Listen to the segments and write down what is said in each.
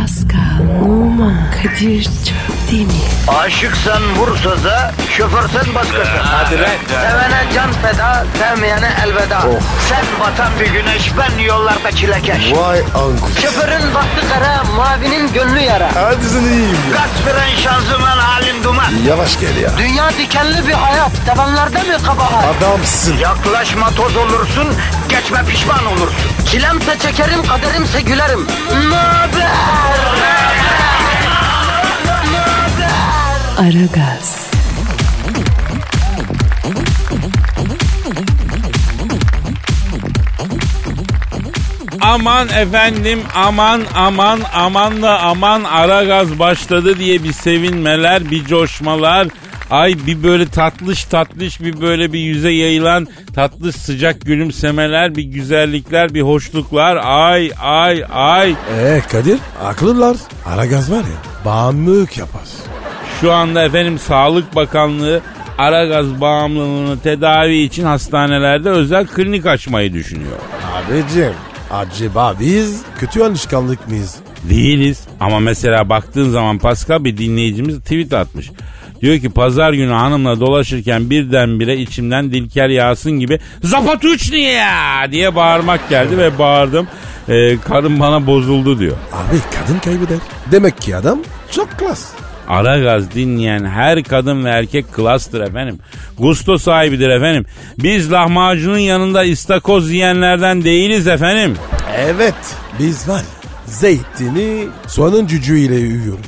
Pascal, Oman, Kadir çok değil mi? Aşıksan vursa da, şoförsen başkasın. Hadi lan. Sevene can feda, sevmeyene elveda. Sen batan bir güneş, ben yollarda çilekeş. Vay anku. Şoförün baktı kara, mavinin gönlü yara. Hadi sen iyiyim ya. Kasperen şanzıman halin duman. Yavaş gel ya. Dünya dikenli bir hayat, sevenlerde mi kabahar? Adamsın. Yaklaşma toz olursun, geçme pişman olursun. Çilemse çekerim, kaderimse gülerim. Möber! Aragaz. Aman efendim, aman da aman, Aragaz başladı diye bir sevinmeler, bir coşmalar. Ay bir böyle tatlış bir böyle bir yüze yayılan tatlı sıcak gülümsemeler, bir güzellikler, bir hoşluklar. Ay. Kadir haklılar. Aragaz var ya bağımlılık yapar. Şu anda efendim Sağlık Bakanlığı Aragaz bağımlılığını tedavi için hastanelerde özel klinik açmayı düşünüyor. Abicim acaba biz kötü alışkanlık mıyız? Değiliz ama mesela baktığın zaman Pascal bir dinleyicimiz tweet atmış. Diyor ki pazar günü hanımla dolaşırken birdenbire içimden Dilker Yasin gibi Zapatuçniya diye bağırmak geldi ve bağırdım. Karım bana bozuldu diyor. Abi kadın kaybeder. Demek ki adam çok klas. Aragaz dinleyen her kadın ve erkek klastır efendim. Gusto sahibidir efendim. Biz lahmacunun yanında istakoz yiyenlerden değiliz efendim. Evet biz var zeytini soğanın cücüğüyle yiyoruz.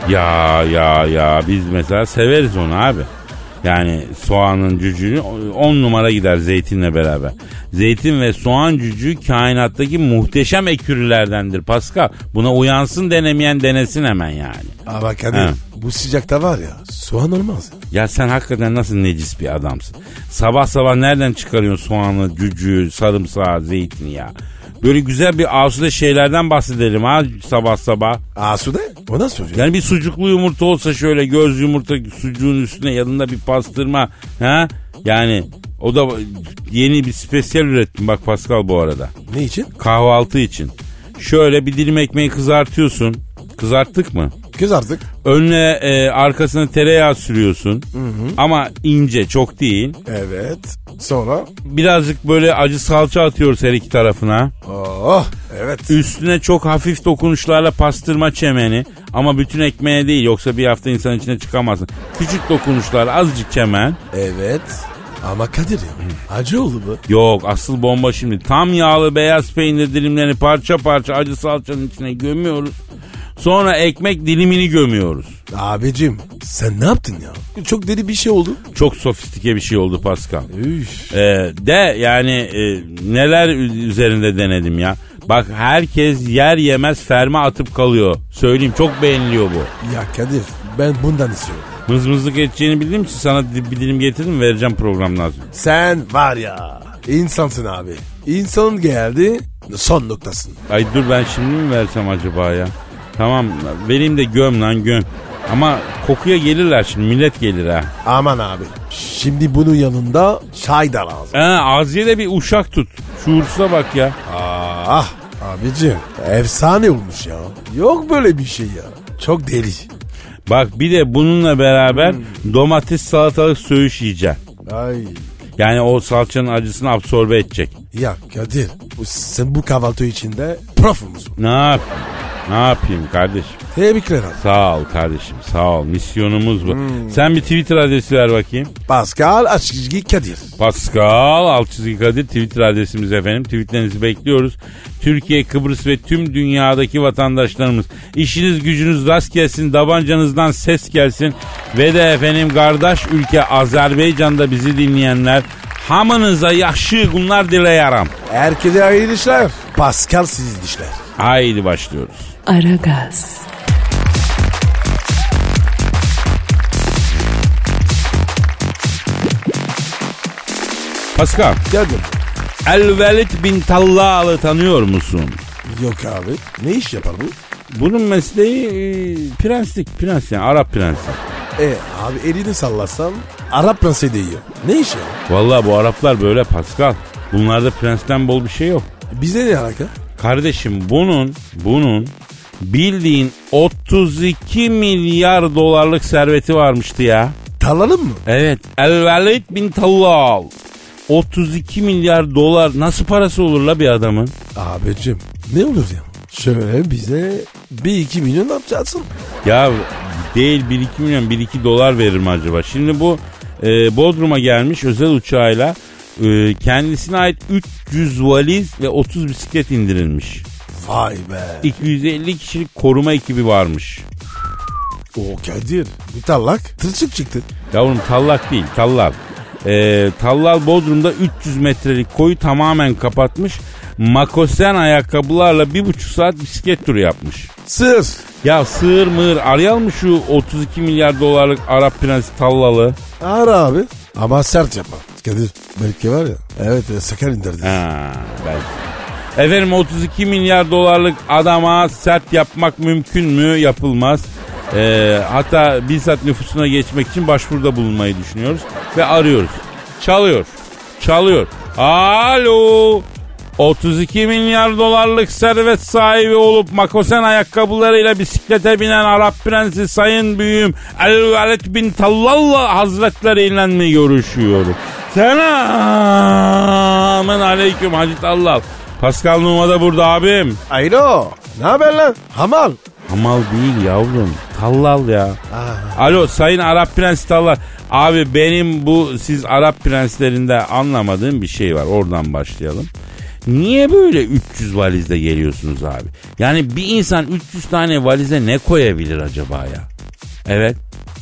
Ya biz mesela severiz onu abi. Yani soğanın cücüğünü 10 numara gider zeytinle beraber. Zeytin ve soğan cücüğü kainattaki muhteşem ekürülerdendir Pascal. Buna uyansın denemeyen denesin hemen yani. Ama Kadir bu sıcakta var ya soğan olmaz. Ya sen hakikaten nasıl necis bir adamsın. Sabah nereden çıkarıyorsun soğanı, cücüğü, sarımsağı, zeytini ya? Böyle güzel bir asude şeylerden bahsedelim ha sabah. Asude? O nasıl oluyor? Yani bir sucuklu yumurta olsa şöyle göz yumurta sucuğun üstüne yanında bir pastırma. Ha? Yani o da yeni bir spesiyel ürettim bak Pascal bu arada. Ne için? Kahvaltı için. Şöyle bir dilim ekmeği kızartıyorsun. Kızarttık mı? Kızarttık. Önüne arkasına tereyağı sürüyorsun. Hı. Ama ince çok değil. Evet. Sonra? Birazcık böyle acı salça atıyoruz her iki tarafına. Oh evet. Üstüne çok hafif dokunuşlarla pastırma çemeni. Ama bütün ekmeğe değil yoksa bir hafta insan içine çıkamazsın. Küçük dokunuşlarla azıcık çemen. Evet. Ama Kadir ya acı oldu bu. Yok asıl bomba şimdi. Tam yağlı beyaz peynir dilimlerini parça acı salçanın içine gömüyoruz. Sonra ekmek dilimini gömüyoruz. Abicim sen ne yaptın ya? Çok deli bir şey oldu. Çok sofistike bir şey oldu Pascal. Üf. Yani neler üzerinde denedim ya. Bak herkes yer yemez ferma atıp kalıyor. Söyleyeyim çok beğeniliyor bu. Ya Kadir ben bundan istiyorum. Mızmızlık edeceğini bildiğim için sana bir dilim getirdim vereceğim programdan sonra. Sen var ya insansın abi. İnsan geldi son noktasın. Ay dur ben şimdi mi versem acaba ya? Tamam vereyim de göm lan göm. Ama kokuya gelirler şimdi millet gelir ha. Aman abi. Şimdi bunun yanında çay da lazım. Aziye de bir uşak tut. Şuursuza bak ya. Abicim efsane olmuş ya. Yok böyle bir şey ya. Çok deli. Bak bir de bununla beraber domates salatalık söğüş yiyeceksin. Ay. Yani o salçanın acısını absorbe edecek. Ya Kadir sen bu kahvaltı içinde prof musun? Ne yapayım kardeşim? Tebrikler abi. Sağ ol kardeşim sağ ol. Misyonumuz bu. Sen bir Twitter adresi ver bakayım. Pascal _ Kadir. Pascal _ Kadir Twitter adresimiz efendim. Tweetlerinizi bekliyoruz. Türkiye, Kıbrıs ve tüm dünyadaki vatandaşlarımız. İşiniz gücünüz rast gelsin. Tabancanızdan ses gelsin. Ve de efendim kardeş ülke Azerbaycan'da bizi dinleyenler. Hamınıza yaxşı günler dileyerim. Herkese hayırlı işler. Pascal siz dişler. Haydi başlıyoruz. Aragaz. Pascal. Geldim. El-Velid bin Tallah'ı tanıyor musun? Yok abi. Ne iş yapar bu? Bunun mesleği prens yani Arap prensi. Abi elini sallasan Arap prensi değiyor. Ne iş ya? Vallahi bu Araplar böyle Pascal. Bunlarda prensten bol bir şey yok. Bize ne alaka? Kardeşim bunun Bildiğin 32 milyar dolarlık serveti varmıştı ya. Tarlanın mı? Evet. El-Velid bin Tallal. 32 milyar dolar nasıl parası olur la bir adamın? Abicim ne olur ya? Şöyle bize 1-2 milyon yapacaksın. Ya değil 1-2 milyon 1-2 dolar verir mi acaba? Şimdi bu Bodrum'a gelmiş özel uçağıyla kendisine ait 300 valiz ve 30 bisiklet indirilmiş. Vay be. 250 kişilik koruma ekibi varmış. O Kadir bir tallak tırçık çıktı. Yavrum tallak değil tallal. Tallal Bodrum'da 300 metrelik koyu tamamen kapatmış. Makosen ayakkabılarla 1,5 saat bisiklet turu yapmış. Sır. Ya sığır mığır arayalım mı şu 32 milyar dolarlık Arap prensi Tallalı? Ara abi. Ama sert yapma. Kadir belki var ya. Evet sakar indirdi. Ha, belki. Efendim 32 milyar dolarlık adama sert yapmak mümkün mü? Yapılmaz. Hatta bizzat nüfusuna geçmek için başvuruda bulunmayı düşünüyoruz. Ve arıyoruz. Çalıyor. Alo. 32 milyar dolarlık servet sahibi olup makosen ayakkabılarıyla bisiklete binen Arap prensi Sayın Büyüğüm El-Velid bin Tallallah Hazretleriyle mi görüşüyorum? Selamün aleyküm Hacı Tallal. Pascal Numa da burada abim. Alo. Ne haber lan? Hamal. Hamal değil yavrum. Tallal ya. Alo Sayın Arap Prensi Tallal. Abi benim bu siz Arap prenslerinde anlamadığım bir şey var. Oradan başlayalım. Niye böyle 300 valizle geliyorsunuz abi? Yani bir insan 300 tane valize ne koyabilir acaba ya? Evet.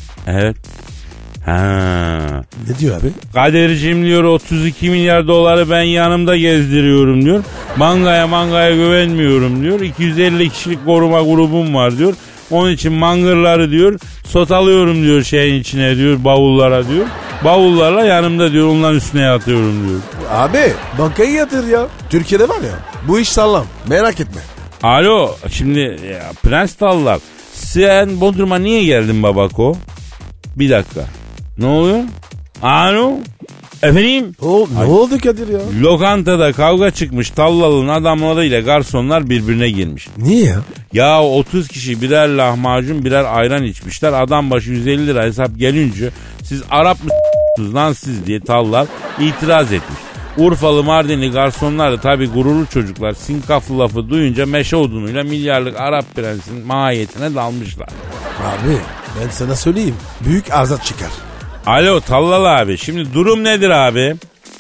Ha. Ne diyor abi? Kadir'cim diyor 32 milyar doları ben yanımda gezdiriyorum diyor. Mangaya güvenmiyorum diyor. 250 kişilik koruma grubum var diyor. Onun için mangırları diyor sotalıyorum diyor şeyin içine diyor bavullara diyor. Bavullarla yanımda diyor onların üstüne yatıyorum diyor. Abi bankayı yatır ya. Türkiye'de var ya bu iş sağlam merak etme. Alo şimdi ya, Prens Tallal sen Bodrum'a niye geldin babako? Bir dakika. Ne oluyor? Alo? Efendim? Ne oldu Kadir ya? Lokantada kavga çıkmış Tallal'ın adamlarıyla garsonlar birbirine girmiş. Niye ya? Ya 30 kişi birer lahmacun birer ayran içmişler. Adam başı 150 lira hesap gelince siz Arap mısınız lan siz diye Tallal itiraz etmiş. Urfalı Mardinli garsonlar da tabi gururlu çocuklar sinkaflı lafı duyunca meşe odunuyla milyarlık Arap prensinin mahiyetine dalmışlar. Abi ben sana söyleyeyim büyük azat çıkar. Alo Tallal abi şimdi durum nedir abi?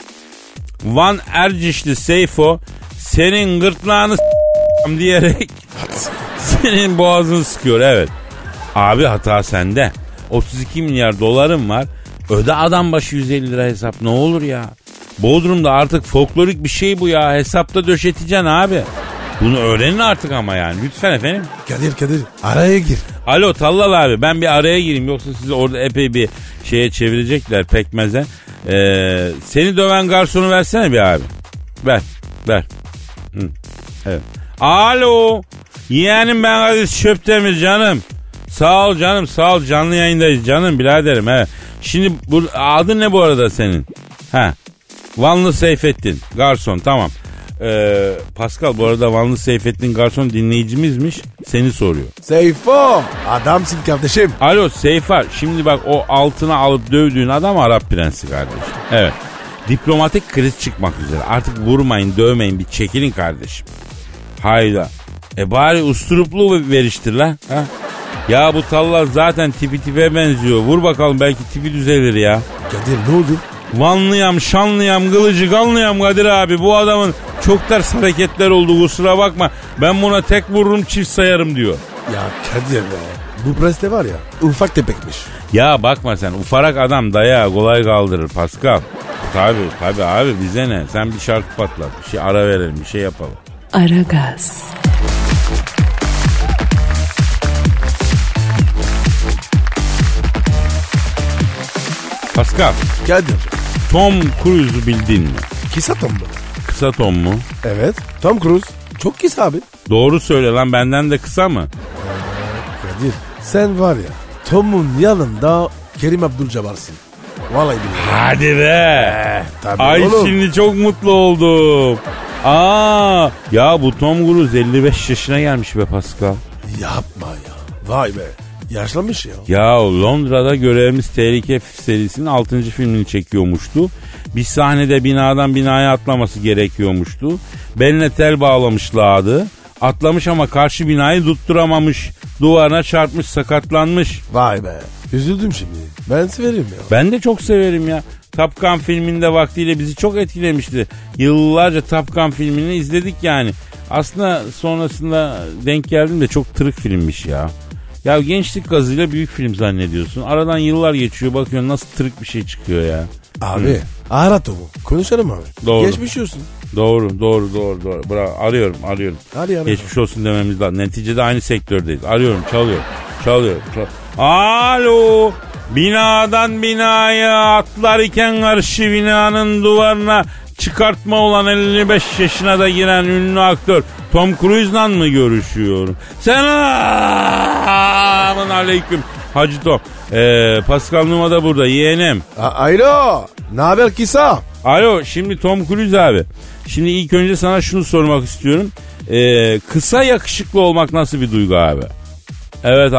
Van Ercişli Seyfo senin gırtlağını diyerek senin boğazını sıkıyor evet. Abi hata sende. 32 milyar dolarım var. Öde adam başı 150 lira hesap ne olur ya. Bodrum'da artık folklorik bir şey bu ya. Hesapta döşeteceksin abi. Bunu öğrenin artık ama yani. Lütfen efendim. Kadir araya gir. Alo Tallal abi ben bir araya gireyim. Yoksa sizi orada epey bir şeye çevirecekler pekmeze. Seni döven garsonu versene bir abi. Ver. Hı. Evet. Alo. Yeğenim ben Aziz Çöptemir canım. Sağ ol canım sağ ol canlı yayındayız canım biraderim. He. Şimdi adın ne bu arada senin? Ha. Vanlı Seyfettin garson tamam. Pascal bu arada Vanlı Seyfettin garson dinleyicimizmiş seni soruyor. Seyfo adamsın kardeşim. Alo Seyfa şimdi bak o altına alıp dövdüğün adam Arap prensi kardeşim. Evet diplomatik kriz çıkmak üzere artık vurmayın dövmeyin bir çekilin kardeşim. Hayda bari usturuplu veriştir lan. Ha? Ya bu Tallal zaten tipe benziyor vur bakalım belki tipi düzelir ya. Kadir ne oldu? Vanlıyam, şanlıyam, kılıcı kanlıyam Kadir abi. Bu adamın çok ters hareketler oldu kusura bakma. Ben buna tek vururum çift sayarım diyor. Ya Kadir be. Bu prens de var ya ufak tepekmiş. Ya bakma sen ufarak adam dayağı kolay kaldırır Pascal. Tabii abi bize ne? Sen bir şarkı patlat. Bir şey ara verelim bir şey yapalım. Aragaz. Pascal. Kadir. Tom Cruise'u bildin mi? Kısa Tom mu? Kısa Tom mu? Evet. Tom Cruise. Çok kısa abi. Doğru söyle lan benden de kısa mı? Kadir. Sen var ya Tom'un yanında Kerim Abdul-Jabbar'sın. Vallahi billahi. Hadi be. Tabii Ay oğlum. şimdi çok mutlu oldum. Ya bu Tom Cruise 55 yaşına gelmiş be Pascal. Yapma ya. Vay be. Yaşlanmış ya. Ya Londra'da Görevimiz Tehlike serisinin 6. filmini çekiyormuştu. Bir sahnede binadan binaya atlaması gerekiyormuştu. Beline tel bağlamışlardı. Atlamış ama karşı binayı tutturamamış. Duvarına çarpmış, sakatlanmış. Vay be. Üzüldüm şimdi. Ben severim ya. Ben de çok severim ya. Top Gun filminde vaktiyle bizi çok etkilemişti. Yıllarca Top Gun filmini izledik yani. Aslında sonrasında denk geldim de çok tırık filmmiş ya. Ya gençlik gazıyla büyük film zannediyorsun. Aradan yıllar geçiyor, bakıyorsun nasıl tırık bir şey çıkıyor ya. Abi ara Tom'u. Konuşalım abi. Doğru. Geçmiş olsun. Doğru. Bravo. Arıyorum. Hadi Geçmiş olsun dememiz lazım. Neticede aynı sektördeyiz. Arıyorum, çalıyor. Alo. Binadan binaya atlarken karşı binanın duvarına çıkartma olan 55 yaşına da giren ünlü aktör Tom Cruise'la mı görüşüyorum? Selamun aleyküm Hacı Tom. Pascal Numa da burada yeğenim. Alo. Ne haber kısa? Alo, şimdi Tom Cruise abi. Şimdi ilk önce sana şunu sormak istiyorum. Kısa yakışıklı olmak nasıl bir duygu abi? Evet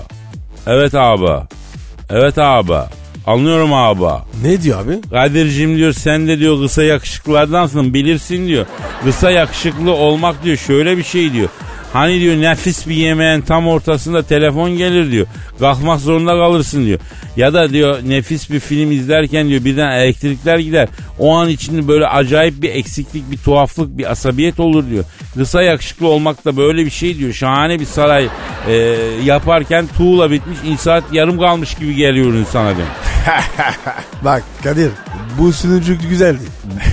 abi. Anlıyorum abi. Ne diyor abi? Kadir'cim diyor, sen de diyor kısa yakışıklılardansın, bilirsin diyor. Kısa yakışıklı olmak diyor şöyle bir şey diyor. Hani diyor nefis bir yemeğin tam ortasında telefon gelir diyor. Kalkmak zorunda kalırsın diyor. Ya da diyor nefis bir film izlerken diyor birden elektrikler gider. O an içinde böyle acayip bir eksiklik, bir tuhaflık, bir asabiyet olur diyor. Kısa yakışıklı olmak da böyle bir şey diyor. Şahane bir saray yaparken tuğla bitmiş, inşaat yarım kalmış gibi geliyor insana diyor. Bak Kadir, bu sunucu güzeldi.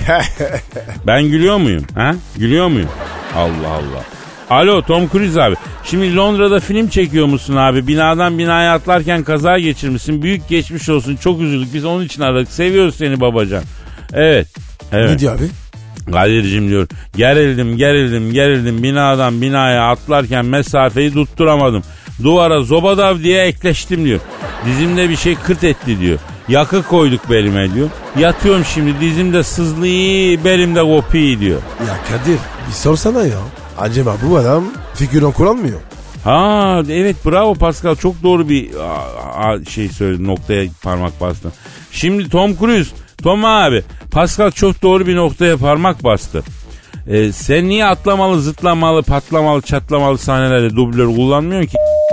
Ben gülüyor muyum? Ha? Gülüyor muyum? Allah Allah. Alo Tom Cruise abi. Şimdi Londra'da film çekiyor musun abi? Binadan binaya atlarken kaza geçirmişsin. Büyük geçmiş olsun. Çok üzüldük. Biz onun için aradık. Seviyoruz seni babacan. Evet. Ne diyor abi? Kadir'cim diyor. Gerildim. Binadan binaya atlarken mesafeyi tutturamadım. Duvara zobadav diye ekleştim diyor. Dizimde bir şey kırt etti diyor. Yakı koyduk belime diyor. Yatıyorum şimdi, dizimde sızlıyı, belimde kopuyor diyor. Ya Kadir bir sorsana ya. Acaba bu adam figüran kullanmıyor? Ha evet, bravo Pascal, çok doğru bir şey söyledi, noktaya parmak bastı. Şimdi Tom abi, Pascal çok doğru bir noktaya parmak bastı. Sen niye atlamalı, zıtlamalı, patlamalı, çatlamalı sahnelerde dublör kullanmıyorsun ki?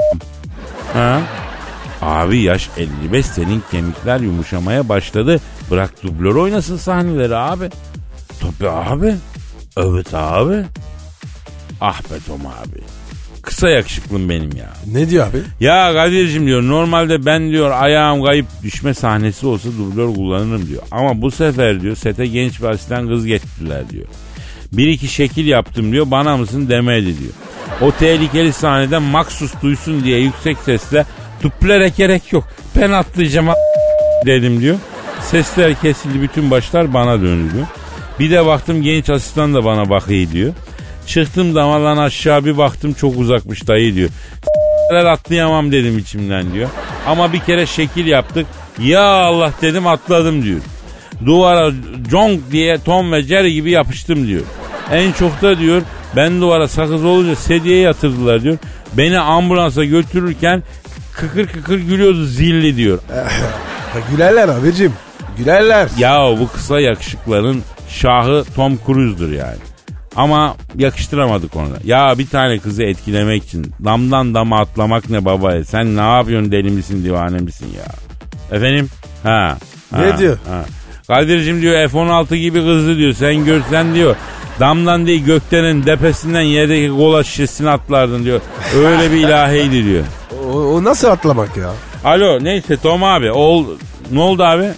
Ha? Abi yaş 55, senin kemikler yumuşamaya başladı. Bırak dublör oynasın sahneleri abi. Tabii abi. Evet abi. Ah be Tom abi. Kısa yakışıklım benim ya. Ne diyor abi? Ya Kadir'cim diyor, normalde ben diyor ayağım kayıp düşme sahnesi olsa dublör kullanırım diyor. Ama bu sefer diyor sete genç bir asistan kız getirdiler diyor. Bir iki şekil yaptım diyor, bana mısın demedi diyor. O tehlikeli sahnede maksus duysun diye yüksek sesle dublöre gerek yok, ben atlayacağım dedim diyor. Sesler kesildi, bütün başlar bana döndü diyor. Bir de baktım genç asistan da bana bakıyor diyor. Çıktım damardan aşağı bir baktım, çok uzakmış dayı diyor. Atlayamam dedim içimden diyor. Ama bir kere şekil yaptık. Ya Allah dedim, atladım diyor. Duvara conk diye Tom ve Jerry gibi yapıştım diyor. En çok da diyor ben duvara sakız olunca sedyeye yatırdılar diyor. Beni ambulansa götürürken kıkır kıkır gülüyordu zilli diyor. Gülerler abicim. Gülerler. Ya bu kısa yakışıkların şahı Tom Cruise'dur yani. Ama yakıştıramadık ona. Ya bir tane kızı etkilemek için damdan dama atlamak ne baba? Sen ne yapıyorsun, deli misin, divane misin ya? Efendim? Ne diyor? Kadir'cim diyor F-16 gibi kızdı diyor. Sen görsen diyor damdan değil göklerin tepesinden yerdeki kola şişesini atlardın diyor. Öyle bir ilahiydi diyor. O nasıl atlamak ya? Alo neyse Tom abi. Ne oldu abi?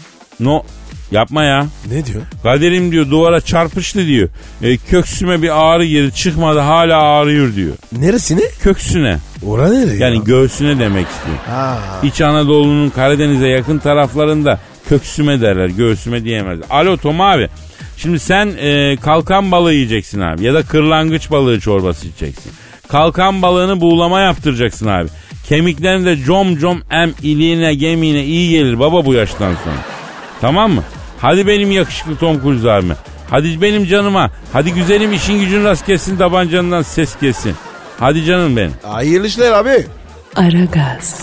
Yapma ya. Ne diyor? Kadir'im diyor duvara çarpıştı diyor. Köksüme bir ağrı girdi, çıkmadı, hala ağrıyor diyor. Neresine? Köksüne. Ora nereye Yani ya? göğsüne demek istiyor. Ha. İç Anadolu'nun Karadeniz'e yakın taraflarında köksüme derler, göğsüme diyemezler. Alo Tom abi. Şimdi sen kalkan balığı yiyeceksin abi. Ya da kırlangıç balığı çorbası içeceksin. Kalkan balığını buğulama yaptıracaksın abi. Kemiklerinde com iliğine gemiğine iyi gelir baba bu yaştan sonra. Tamam mı? Hadi benim yakışıklı Tom Cruise abime. Hadi benim canıma. Hadi güzelim, işin gücün rast kessin, tabancandan ses kessin. Hadi canım benim. Hayırlı işler abi. Aragaz.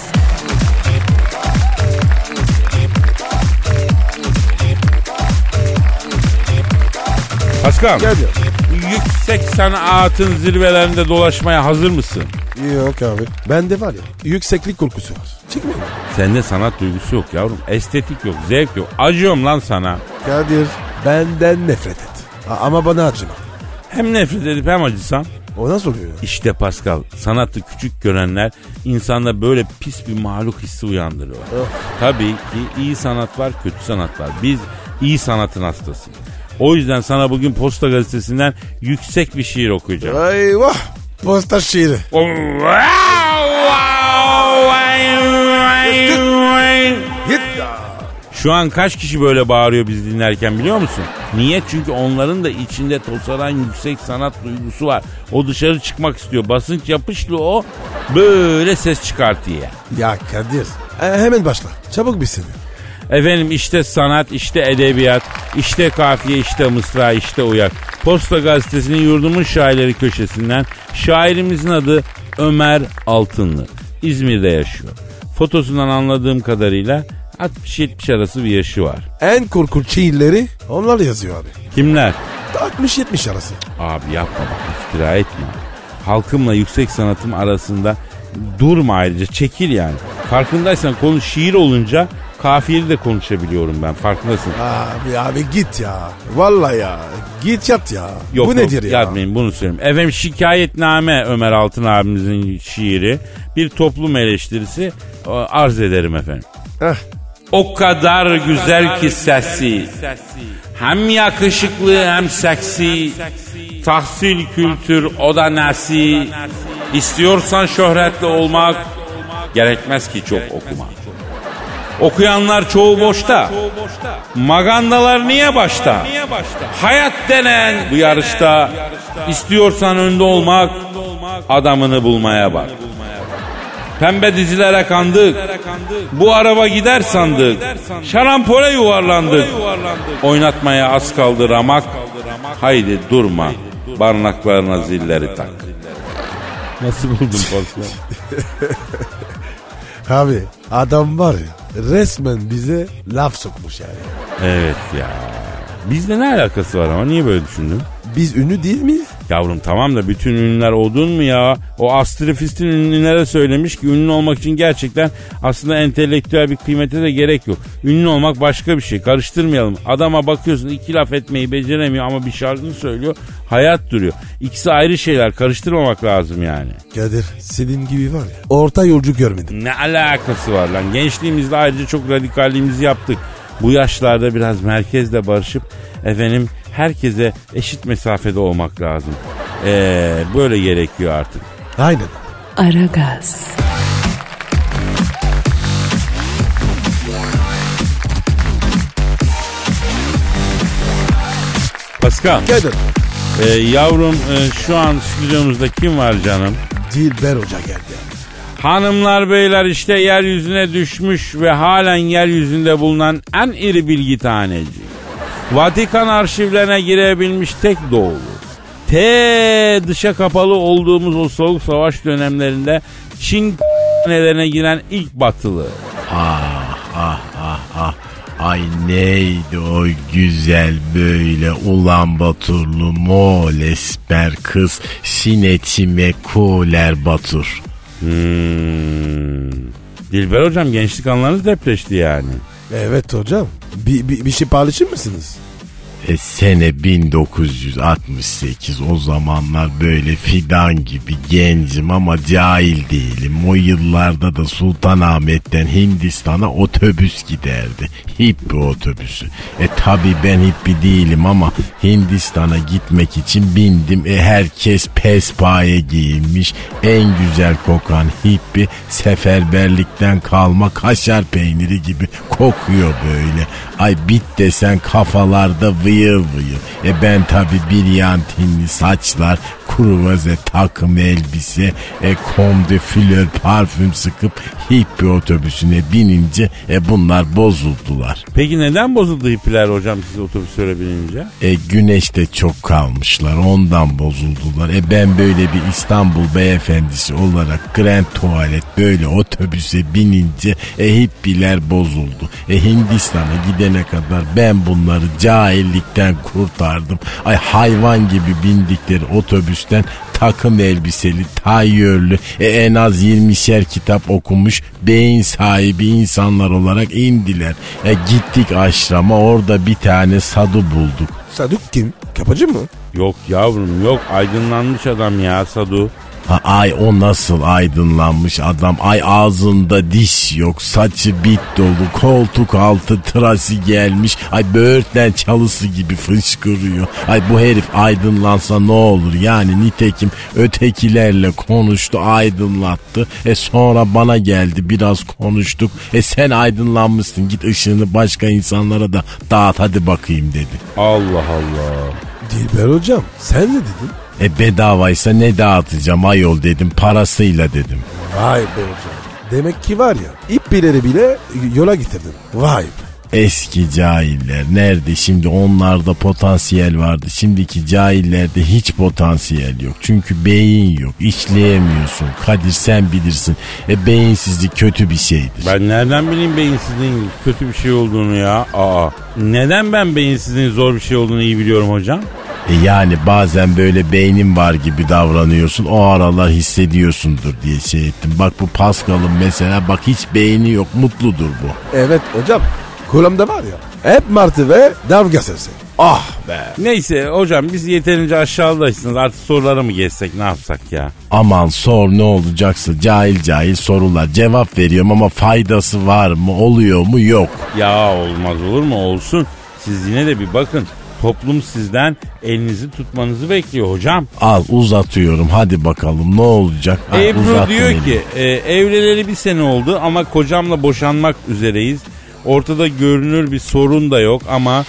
Pascal, Gel diyor. yüksek sanatın zirvelerinde dolaşmaya hazır mısın? Yok abi. Bende var ya yükseklik korkusu var. Çıkmıyor mu? Sende sanat duygusu yok yavrum. Estetik yok, zevk yok. Acıyorum lan sana. Kadir benden nefret et. Ama bana acıma. Hem nefret edip hem acısam. O nasıl oluyor ya? İşte Pascal, sanatı küçük görenler insanda böyle pis bir mahluk hissi uyandırıyor. Tabii ki iyi sanat var, kötü sanat var. Biz iyi sanatın hastasıyız. O yüzden sana bugün Posta Gazetesi'nden yüksek bir şiir okuyacağım. Eyvah. Posta şiiri. Git ya. Şu an kaç kişi böyle bağırıyor biz dinlerken biliyor musun? Niye? Çünkü onların da içinde tosaran yüksek sanat duygusu var. O dışarı çıkmak istiyor. Basınç yapışlı o. Böyle ses çıkartıyor. Ya Kadir. Hemen başla. Çabuk bitsin. Efendim işte sanat, işte edebiyat, işte kafiye, işte mısra, işte uyar. Posta Gazetesi'nin yurdumun şairleri köşesinden şairimizin adı Ömer Altınlı. İzmir'de yaşıyor. Fotosundan anladığım kadarıyla 60-70 arası bir yaşı var. En korkunç şiirleri onlar yazıyor abi. Kimler? 60-70 arası. Abi yapma bak, iftira etme. Halkımla yüksek sanatım arasında durma, ayrıca çekil yani. Farkındaysan konu şiir olunca kafiyeli de konuşabiliyorum ben, farkındasın. Abi git ya. Vallahi ya. Git yat ya. Yok, bu nedir ya? Yatmayın, bunu söyleyeyim. Efendim Şikayetname Ömer Altın abimizin şiiri. Bir toplum eleştirisi arz ederim efendim. Heh. O kadar güzel ki sesi. Hem yakışıklı hem seksi. Tahsil kültür o da nesi. İstiyorsan şöhretli olmak gerekmez ki çok okumak. Okuyanlar çoğu boşta. Magandalar niye başta? Hayat denen bu yarışta. İstiyorsan önde olmak, adamını bulmaya bak. Pembe dizilere kandık. Bu araba gider sandık. Şarampole yuvarlandık. Oynatmaya az kaldı ramak. Haydi durma. Barnaklarına zilleri tak. Nasıl buldun Pascal? Abi adam var ya resmen bize laf sokmuş yani. Evet ya. Bizle ne alakası var ama, niye böyle düşündün? Biz ünlü değil miyiz? Yavrum tamam da bütün ünlüler odun mu ya? O astrofistin ünlülere söylemiş ki ünlü olmak için gerçekten aslında entelektüel bir kıymete de gerek yok. Ünlü olmak başka bir şey, karıştırmayalım. Adama bakıyorsun iki laf etmeyi beceremiyor ama bir şarkını söylüyor, hayat duruyor. İkisi ayrı şeyler, karıştırmamak lazım yani. Kadir senin gibi var ya orta yolcu görmedim. Ne alakası var lan? Gençliğimizde ayrıca çok radikalliğimizi yaptık. Bu yaşlarda biraz merkezle barışıp efendim herkese eşit mesafede olmak lazım. Böyle gerekiyor artık. Aynen. Aragaz. Pascal. Kadir. Yavrum şu an stüdyomuzda kim var canım? Dilber Hoca geldi. Hanımlar beyler, işte yeryüzüne düşmüş ve halen yeryüzünde bulunan en iri bilgi taneci. Vatikan arşivlerine girebilmiş tek doğulu. Dışa kapalı olduğumuz o soğuk savaş dönemlerinde Çin nelerine giren ilk batılı. Ay neydi o güzel böyle Ulan Baturlu Moğol esmer kız Sinetime Kuler Batur. Dilber hocam, gençlik anlarınız depreşti yani. Evet hocam. Bir şey paylaşır mısınız? Sene 1968, o zamanlar böyle fidan gibi gencim ama cahil değilim. O yıllarda da Sultanahmet'ten Hindistan'a otobüs giderdi. Hippi otobüsü. Tabi ben hippi değilim ama Hindistan'a gitmek için bindim. Herkes pespaye giyinmiş. En güzel kokan hippi seferberlikten kalma kaşar peyniri gibi kokuyor böyle. Ay bit desen kafalarda vıyır vıyır. Ben tabi brilyantinli saçlar, kruvaze, takım elbise, comme de fleur parfüm sıkıp hippie otobüsüne binince bunlar bozuldular. Peki neden bozuldu hippiler hocam siz otobüslere binince? Güneşte çok kalmışlar, ondan bozuldular. Ben böyle bir İstanbul beyefendisi olarak Grand Tuvalet böyle otobüse binince hippiler bozuldu. Hindistan'a gidene kadar ben bunları cahillikten kurtardım. Hayvan gibi bindikleri otobüsten takım elbiseli, tayyörlü, en az 20'şer kitap okumuş beyin sahibi insanlar olarak indiler. Gittik aşrama, orada bir tane sadı bulduk. Saduk kim? Kapıcı mı? Yok yavrum yok, aydınlanmış adam ya Sadu. Ay o nasıl aydınlanmış adam. Ay ağzında diş yok, saçı bit dolu, koltuk altı tıraşı gelmiş. Ay böğürtlen çalısı gibi fışkırıyor. Ay bu herif aydınlansa ne olur yani, nitekim ötekilerle konuştu, aydınlattı. Sonra bana geldi, biraz konuştuk. Sen aydınlanmışsın, git ışığını başka insanlara da dağıt hadi bakayım dedi. Allah Allah. Dilber hocam sen ne dedin? Bedavaysa ne dağıtacağım ayol dedim, parasıyla dedim. Vay be hocam. Demek ki var ya, ippileri bile yola getirdin. Vay be. Eski cahiller nerede şimdi, onlarda potansiyel vardı. Şimdiki cahillerde hiç potansiyel yok. Çünkü beyin yok, işleyemiyorsun. Kadir sen bilirsin. Beyinsizlik kötü bir şeydir. Ben nereden bileyim beyinsizliğin kötü bir şey olduğunu ya? Neden ben beyinsizliğin zor bir şey olduğunu iyi biliyorum hocam? Yani bazen böyle beynin var gibi davranıyorsun, o aralar hissediyorsundur diye şey ettim. Bak bu Pascal'ın mesela, bak hiç beyni yok, mutludur bu. Evet hocam. Kulağımda var ya, hep martı ve dalga sesi. Ah be. Neyse hocam, biz yeterince aşağıdaysınız, artık sorulara mı geçsek, ne yapsak ya? Aman sor, ne olacaksa, cahil cahil sorular. Cevap veriyorum ama faydası var mı, oluyor mu, yok. Ya olmaz olur mu, olsun. Siz yine de bir bakın. Toplum sizden elinizi tutmanızı bekliyor hocam. Al uzatıyorum, hadi bakalım ne olacak? Ebru diyor ki evleneli 1 sene oldu ama kocamla boşanmak üzereyiz. Ortada görünür bir sorun da yok ama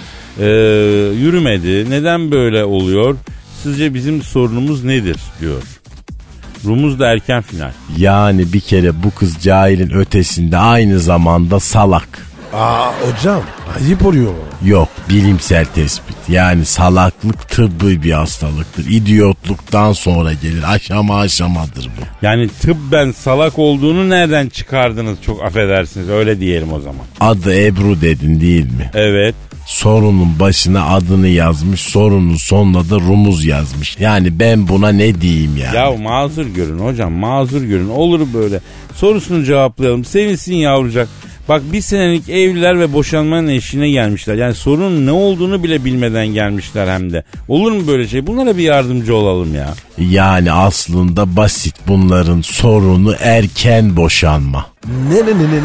yürümedi. Neden böyle oluyor? Sizce bizim sorunumuz nedir diyor. Rumuz da erken final. Yani bir kere bu kız cahilin ötesinde, aynı zamanda salak. Hocam ayıp oluyor. Yok, bilimsel tespit. Yani salaklık tıbbi bir hastalıktır. İdiyotluktan sonra gelir, aşama aşamadır bu. Yani tıbben salak olduğunu nereden çıkardınız, çok affedersiniz, öyle diyelim o zaman. Adı Ebru dedin değil mi? Evet. Sorunun başına adını yazmış, sorunun sonuna da rumuz yazmış. Yani ben buna ne diyeyim yani? Ya mazur görün hocam, mazur görün, olur böyle. Sorusunu cevaplayalım, sevinsin yavrucak. Bak 1 senelik evliler ve boşanmanın eşiğine gelmişler. Yani sorunun ne olduğunu bile bilmeden gelmişler hem de. Olur mu böyle şey? Bunlara bir yardımcı olalım ya. Yani aslında basit, bunların sorunu erken boşanma. Ne?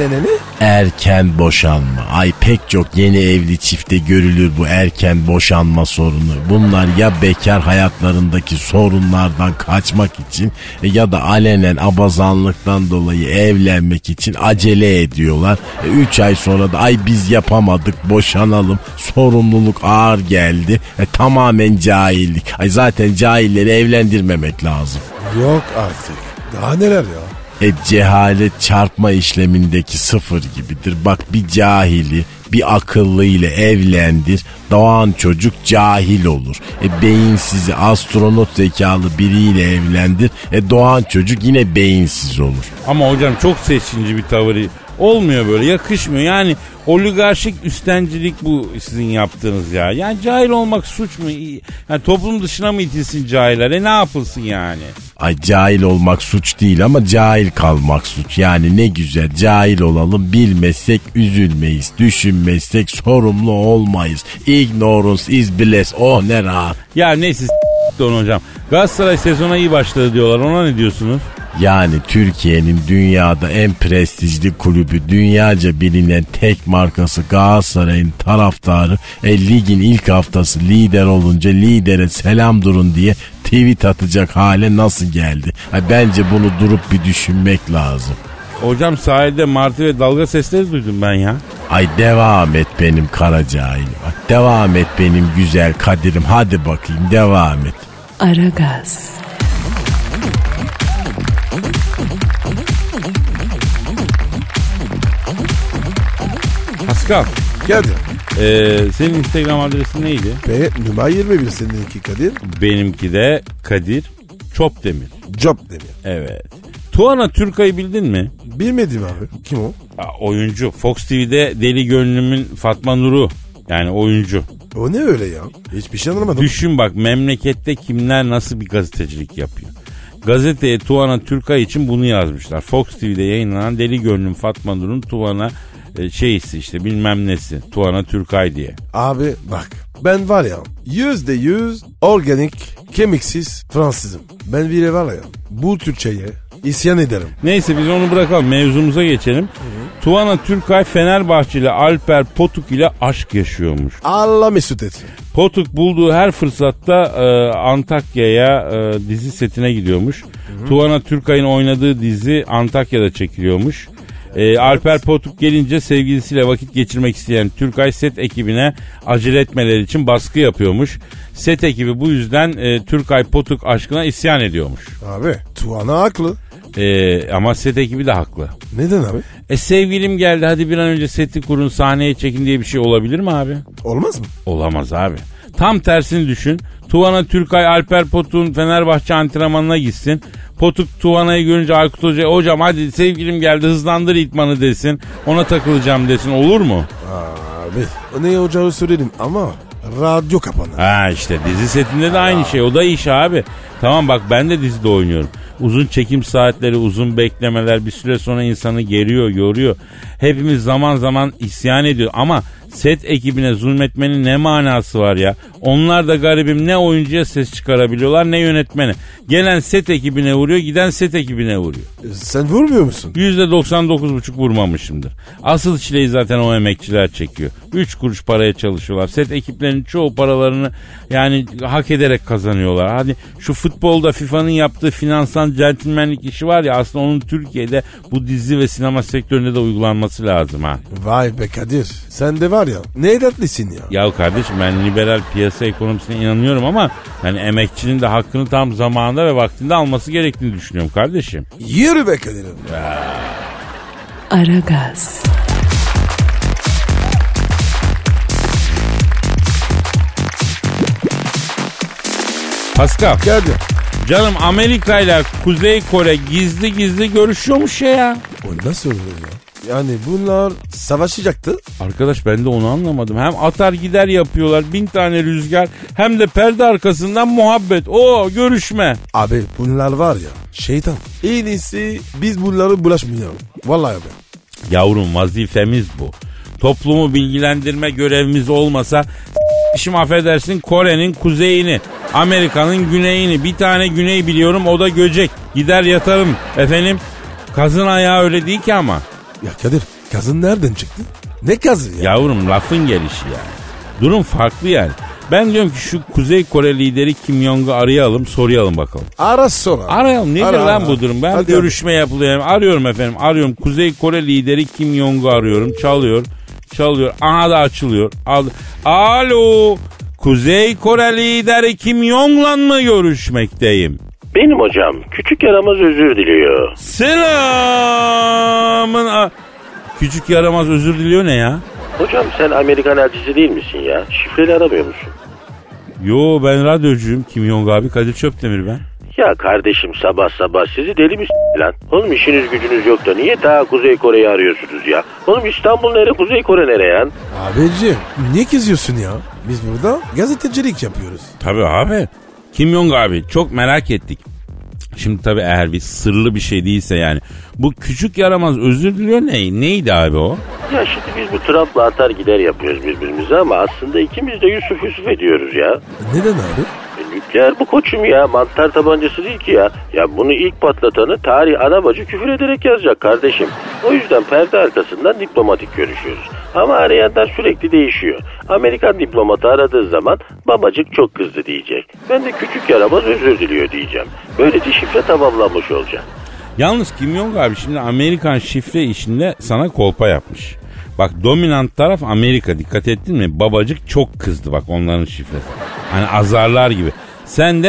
Erken boşanma. Ay pek çok yeni evli çifte görülür bu erken boşanma sorunu. Bunlar ya bekar hayatlarındaki sorunlardan kaçmak için ya da alenen abazanlıktan dolayı evlenmek için acele ediyorlar. 3 ay sonra da ay biz yapamadık, boşanalım, sorumluluk ağır geldi. Tamamen cahillik. Ay zaten cahilleri evlendirmemek lazım. Yok artık. Daha neler ya? Cehalet çarpma işlemindeki 0 gibidir. Bak bir cahili bir akıllı ile evlendir, doğan çocuk cahil olur. Beyinsizi astronot zekalı biriyle evlendir, doğan çocuk yine beyinsiz olur. Ama hocam çok seçkinci bir tavır. Olmuyor böyle, yakışmıyor. Yani oligarşik üstencilik bu sizin yaptığınız ya. Yani cahil olmak suç mu? Yani toplum dışına mı itilsin cahiller? Ne yapılsın yani? Ay cahil olmak suç değil ama cahil kalmak suç. Yani ne güzel cahil olalım, bilmezsek üzülmeyiz, düşünmezsek sorumlu olmayız. Ignorance is bliss. Oh ne rahat. Ya neyse hocam. Galatasaray sezona iyi başladı diyorlar, ona ne diyorsunuz? Yani Türkiye'nin dünyada en prestijli kulübü, dünyaca bilinen tek markası Galatasaray'ın taraftarı ligin ilk haftası lider olunca lidere selam durun diye tweet atacak hale nasıl geldi? Bence bunu durup bir düşünmek lazım. Hocam sahilde martı ve dalga sesleri duydum ben ya. Ay devam et benim kara cahilim. Devam et benim güzel Kadir'im. Hadi bakayım devam et. Aragaz. Pascal, Geldi. senin Instagram adresin neydi? Ve numara 21 seninki Kadir. Benimki de Kadir Çopdemir. Job demiyor. Evet. Tuana Türkay'ı bildin mi? Bilmedim abi. Kim o? Oyuncu. Fox TV'de Deli Gönlüm'ün Fatma Nur'u. Yani oyuncu. O ne öyle ya? Hiçbir şey anlamadım. Düşün bak, memlekette kimler nasıl bir gazetecilik yapıyor. Gazeteye Tuana Türkay için bunu yazmışlar. Fox TV'de yayınlanan Deli Gönlüm Fatma Nur'un Tuana şeysi işte bilmem nesi. Tuana Türkay diye. Abi bak, ben var ya %100 organik, kemiksiz Fransızım. Ben bile var ya bu Türkçe'ye isyan ederim. Neyse biz onu bırakalım, mevzumuza geçelim. Tuana Türkay Fenerbahçeli Alper Potuk ile aşk yaşıyormuş. Allah mesut etsin. Potuk bulduğu her fırsatta Antakya'ya dizi setine gidiyormuş. Tuana Türkay'ın oynadığı dizi Antakya'da çekiliyormuş. Alper Potuk gelince sevgilisiyle vakit geçirmek isteyen Türkay set ekibine acele etmeleri için baskı yapıyormuş. Set ekibi bu yüzden Türkay Potuk aşkına isyan ediyormuş. Abi Tuana haklı. Ama set ekibi de haklı. Neden abi? Sevgilim geldi, hadi bir an önce seti kurun, sahneye çekin diye bir şey olabilir mi abi? Olmaz mı? Olamaz abi. Tam tersini düşün. Tuana Türkay Alper Potuk'un Fenerbahçe antrenmanına gitsin. Potuk Tuana'yı görünce Aykut hocam hadi sevgilim geldi hızlandır itmanı desin. Ona takılacağım desin, olur mu? Abi ne olacağı söyledim ama radyo kapanır. Ha işte dizi setinde de aynı şey, o da iş abi. Tamam bak, ben de dizide oynuyorum. Uzun çekim saatleri, uzun beklemeler bir süre sonra insanı geriyor, yoruyor. Hepimiz zaman zaman isyan ediyor ama set ekibine zulmetmenin ne manası var ya? Onlar da garibim, ne oyuncuya ses çıkarabiliyorlar ne yönetmene. Gelen set ekibine vuruyor, giden set ekibine vuruyor. Sen vurmuyor musun? %99,5 vurmamışımdır. Asıl çileyi zaten o emekçiler çekiyor. 3 kuruş paraya çalışıyorlar. Set ekiplerinin çoğu paralarını yani hak ederek kazanıyorlar. Hadi şu futbolda FIFA'nın yaptığı finansal centilmenlik işi var ya, aslında onun Türkiye'de bu dizi ve sinema sektöründe de uygulanması lazım ha. Vay be Kadir, sen de var ya ne edetlisin ya. Ya kardeşim, ben liberal piyasa ekonomisine inanıyorum ama yani emekçinin de hakkını tam zamanında ve vaktinde alması gerektiğini düşünüyorum kardeşim. Yürü be Kadir'im. Aragaz. Pascal. Geldi. Canım, Amerika ile Kuzey Kore gizli gizli görüşüyormuş ya. O nasıl olur ya? Yani bunlar savaşacaktı. Arkadaş ben de onu anlamadım. Hem atar gider yapıyorlar, 1000 tane rüzgar, hem de perde arkasından muhabbet. O görüşme. Abi bunlar var ya şeytan. En iyisi biz bunları bulaşmayalım. Vallahi abi. Yavrum, vazifemiz bu. Toplumu bilgilendirme görevimiz olmasa işim affedersin Kore'nin kuzeyini, Amerika'nın güneyini, bir tane güney biliyorum, o da Göcek. Gider yatarım efendim. Kazın ayağı öyle değil ki ama. Ya Kadir, kazın nereden çıktı? Ne kazı ya? Yavrum lafın gelişi yani. Durum farklı yani. Ben diyorum ki şu Kuzey Kore lideri Kim Jong'u arayalım, soruyalım bakalım. Ara sonra. Arayalım, nedir Ara, lan ara. bu durum? Ben Hadi görüşme yapılıyor. Arıyorum efendim, arıyorum. Kuzey Kore lideri Kim Jong'u arıyorum. Çalıyor. Aha da açılıyor. Alo. Kuzey Kore lideri Kim Jong'la mı görüşmekteyim? Benim hocam. Küçük yaramaz özür diliyor. Selamın. Küçük yaramaz özür diliyor ne ya? Hocam sen Amerikan elçisi değil misin ya? Şifreli aramıyor musun? Yo, ben radyocuyum. Kim Jong abi, Kadir Çöpdemir ben. Ya kardeşim, sabah sabah sizi deli mi lan? Oğlum işiniz gücünüz yok da niye daha Kuzey Kore'yi arıyorsunuz ya? Oğlum İstanbul nere, Kuzey Kore nere ya? Abiciğim niye kızıyorsun ya? Biz burada gazetecilik yapıyoruz. Tabii abi. Kim Jong abi, çok merak ettik. Şimdi tabii eğer bir sırlı bir şey değilse yani. Bu küçük yaramaz özür diliyor neydi abi o? Ya şimdi biz bu Trump'la atar gider yapıyoruz birbirimize ama aslında ikimiz de Yusuf ediyoruz ya. Neden abi? Nükleer bu koçum ya, mantar tabancası değil ki ya. Ya bunu ilk patlatanı tarih anabacı küfür ederek yazacak kardeşim. O yüzden perde arkasından diplomatik görüşüyoruz. Ama arayanlar sürekli değişiyor. Amerikan diplomatı aradığı zaman babacık çok kızdı diyecek. Ben de küçük yaramaz özür diliyor diyeceğim. Böylece şifre tamamlanmış olacak. Yalnız Kim Jong abi şimdi Amerikan şifre işinde sana kolpa yapmış. Bak dominant taraf Amerika, dikkat ettin mi? Babacık çok kızdı bak onların şifresi. Hani azarlar gibi. Sen de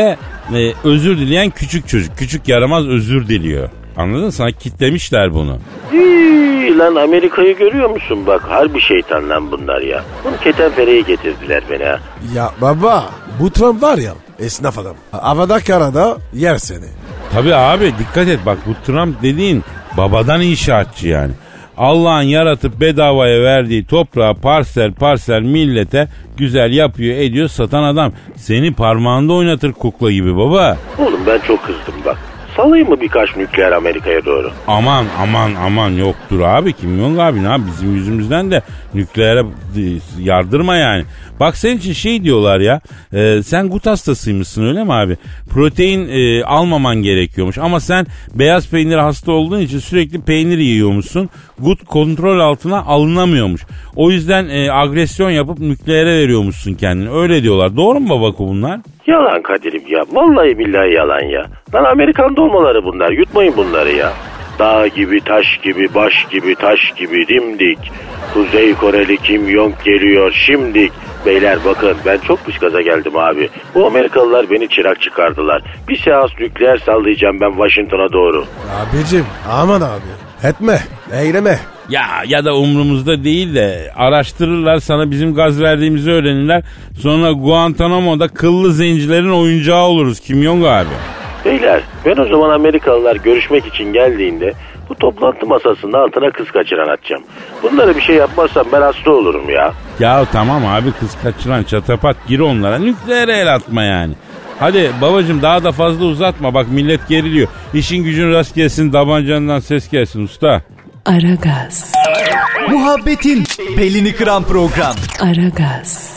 özür dileyen küçük çocuk. Küçük yaramaz özür diliyor. Anladın mı? Sana kitlemişler bunu. Lan Amerika'yı görüyor musun? Bak harbi şeytan lan bunlar ya. Bunu ketenfereye getirdiler beni ha. Ya baba bu Trump var ya esnaf adam. Havada karada yer seni. Tabii abi dikkat et bak bu Trump dediğin babadan inşaatçı yani. Allah'ın yaratıp bedavaya verdiği toprağı parsel parsel millete güzel yapıyor ediyor satan adam. Seni parmağında oynatır kukla gibi baba. Oğlum ben çok kızdım bak. Salayım mı birkaç nükleer Amerika'ya doğru? Aman yoktur abi. Kim yok abi ne abi bizim yüzümüzden de nükleere yardırma yani. Bak senin için şey diyorlar ya sen gut hastasıymışsın öyle mi abi? Protein almaman gerekiyormuş ama sen beyaz peynir hasta olduğun için sürekli peynir yiyormuşsun. Gut kontrol altına alınamıyormuş. O yüzden agresyon yapıp nükleere veriyormuşsun kendini. Öyle diyorlar. Doğru mu babako bunlar? Yalan Kadir'im ya. Vallahi billahi yalan ya. Lan Amerikan dolmaları bunlar. Yutmayın bunları ya. Dağ gibi, taş gibi, baş gibi, taş gibi dimdik. Kuzey Koreli Kim Jong geliyor şimdik. Beyler bakın ben çok pis gaza geldim abi. Bu Amerikalılar beni çırak çıkardılar. Bir seans nükleer sallayacağım ben Washington'a doğru. Abicim aman abi etme eyleme. Ya da umrumuzda değil de araştırırlar sana bizim gaz verdiğimizi öğrenirler. Sonra Guantanamo'da kıllı zencilerin oyuncağı oluruz Kim Jong abi. Beyler ben o zaman Amerikalılar görüşmek için geldiğinde bu toplantı masasının altına kız kaçıran atacağım. Bunlara bir şey yapmazsam ben hasta olurum ya. Ya tamam abi kız kaçıran çatapat gir onlara nükleere el atma yani. Hadi babacığım daha da fazla uzatma bak millet geriliyor. İşin gücün rast gelsin tabancandan ses gelsin usta. Aragaz. Muhabbetin belini kıran program. Aragaz.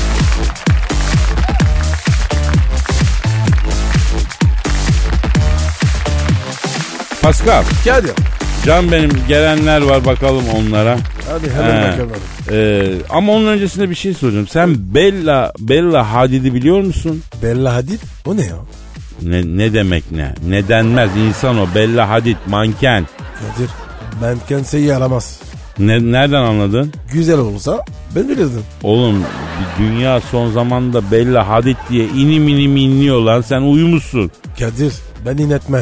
Pascal. Hadi. Can benim gelenler var bakalım onlara. Hadi hemen bakalım. Ama onun öncesinde bir şey soracağım. Sen Bella Hadid'i biliyor musun? Bella Hadid o ne ya? Ne demek ne? Ne denmez insan o Bella Hadid manken. Kadir ben kendisi yaramaz. Nereden anladın? Güzel olursa ben bilirdim. Oğlum dünya son zamanda Bella Hadid diye inim inliyor lan sen uyumuşsun. Kadir ben inetme.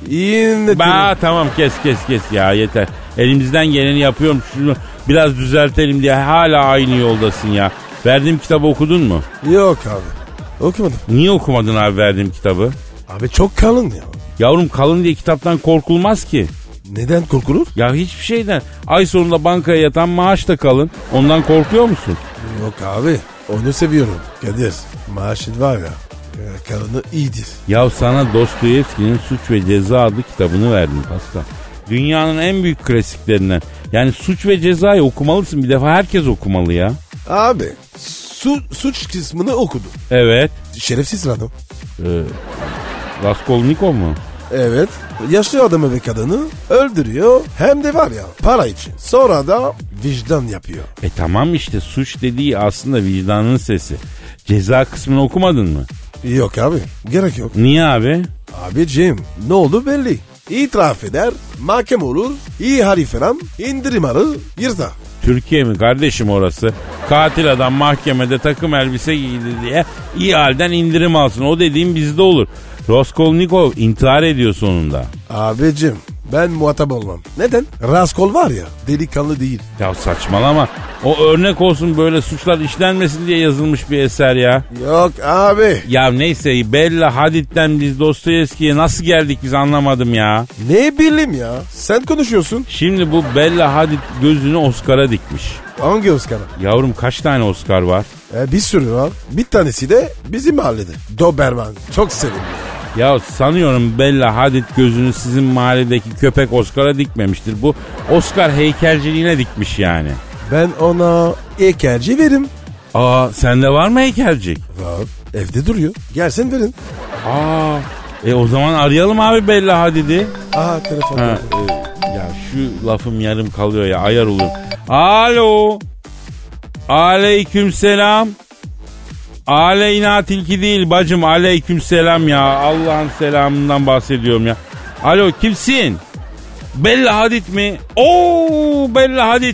Tamam kes ya yeter. Elimizden geleni yapıyorum şunu biraz düzeltelim diye hala aynı yoldasın ya. Verdiğim kitabı okudun mu? Yok abi okumadım. Niye okumadın abi verdiğim kitabı? Abi çok kalın ya. Yavrum kalın diye kitaptan korkulmaz ki. Neden korkulur? Ya hiçbir şeyden. Ay sonunda bankaya yatan maaş da kalın. Ondan korkuyor musun? Yok abi onu seviyorum. Kadir maaşın var ya kalını iyidir. Ya sana Dostoyevski'nin Suç ve Ceza adlı kitabını verdim Pascal. Dünyanın en büyük klasiklerinden. Yani Suç ve Ceza'yı okumalısın bir defa herkes okumalı ya. Abi suç kısmını okudum. Evet. Şerefsiz adam. Raskolnikov mu? Evet. Yaşlı adamı ve kadını öldürüyor. Hem de var ya para için. Sonra da vicdan yapıyor. Tamam işte suç dediği aslında vicdanın sesi. Ceza kısmını okumadın mı? Yok abi. Gerek yok. Niye abi? Abicim ne oldu belli. İtiraf eder, mahkeme olur, ihale falan, indirim alır, yırtar. Türkiye mi kardeşim orası? Katil adam mahkemede takım elbise giydi diye ihaleden indirim alsın. O dediğim bizde olur. Raskolnikov intihar ediyor sonunda. Abicim ben muhatap olmam. Neden? Raskol var ya delikanlı değil. Ya saçmalama. O örnek olsun böyle suçlar işlenmesin diye yazılmış bir eser ya. Yok abi. Ya neyse Bella Hadid'den biz Dostoyevski'ye nasıl geldik biz anlamadım ya. Ne bileyim ya sen konuşuyorsun. Şimdi bu Bella Hadid gözünü Oscar'a dikmiş. Hangi Oscar'a? Yavrum kaç tane Oscar var? Bir sürü var. Bir tanesi de bizim mahallede. Doberman. Çok sevimli. Ya sanıyorum Bella Hadid gözünü sizin mahalledeki köpek Oscar'a dikmemiştir. Bu Oscar heykelciliğine dikmiş yani. Ben ona heykelci veririm. Sende var mı heykelcik? Var. Evde duruyor. Gelsin verin. O zaman arayalım abi Bella Hadid'i. Telefon. Ya şu lafım yarım kalıyor ya ayar olur. Alo. Aleykümselam. Aleyna tilki değil bacım aleykümselam ya. Allah'ın selamından bahsediyorum ya. Alo kimsin? Bella Hadid mi? Bella Hadid.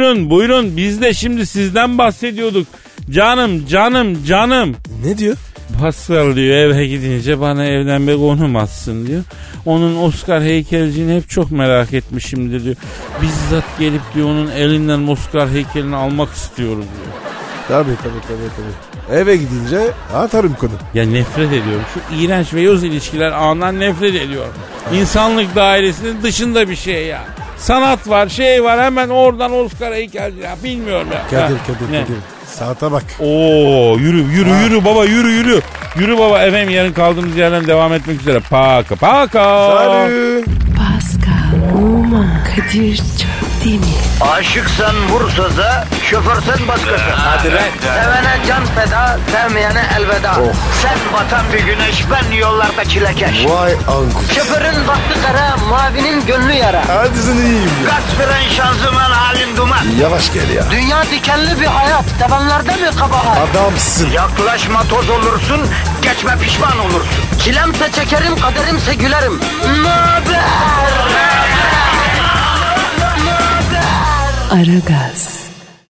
Buyurun. Biz de şimdi sizden bahsediyorduk. Canım. Ne diyor? Pascal diyor eve gidince bana evden bir konum atsın diyor. Onun Oscar heykelciğini hep çok merak etmişimdir diyor. Bizzat gelip diyor onun elinden Oscar heykelini almak istiyorum diyor. Tabii. Eve gidince atarım konu. Ya nefret ediyorum. Şu iğrenç ve yoz ilişkiler ağından nefret ediyorum. İnsanlık dairesinin dışında bir şey ya. Sanat var, şey var, hemen oradan Oscar heykelci ya. Bilmiyorum ya. Kadir. Saate bak. Oo, yürü baba, yürü. Yürü baba, efendim yarın kaldığımız yerden devam etmek üzere. Paka. Salut. Pascal, Oman, Kadir çok değil mi? Aşıksan vursa da, şoförsen başkasın. Hadi lan. Sevene can feda, sevmeyene elveda. Sen batan bir güneş, ben yollarda çilekeş. Vay anku. Şoförün baktı kara, mavinin gönlü yara. Hadi sen iyiyim ya. Kasperen şanzıman halin duman. Yavaş gel ya. Dünya dikenli bir hayat, sevenlerde mi kabahar? Adamsın. Yaklaşma toz olursun, geçme pişman olursun. Çilemse çekerim, kaderimse gülerim. Möber! Aragaz.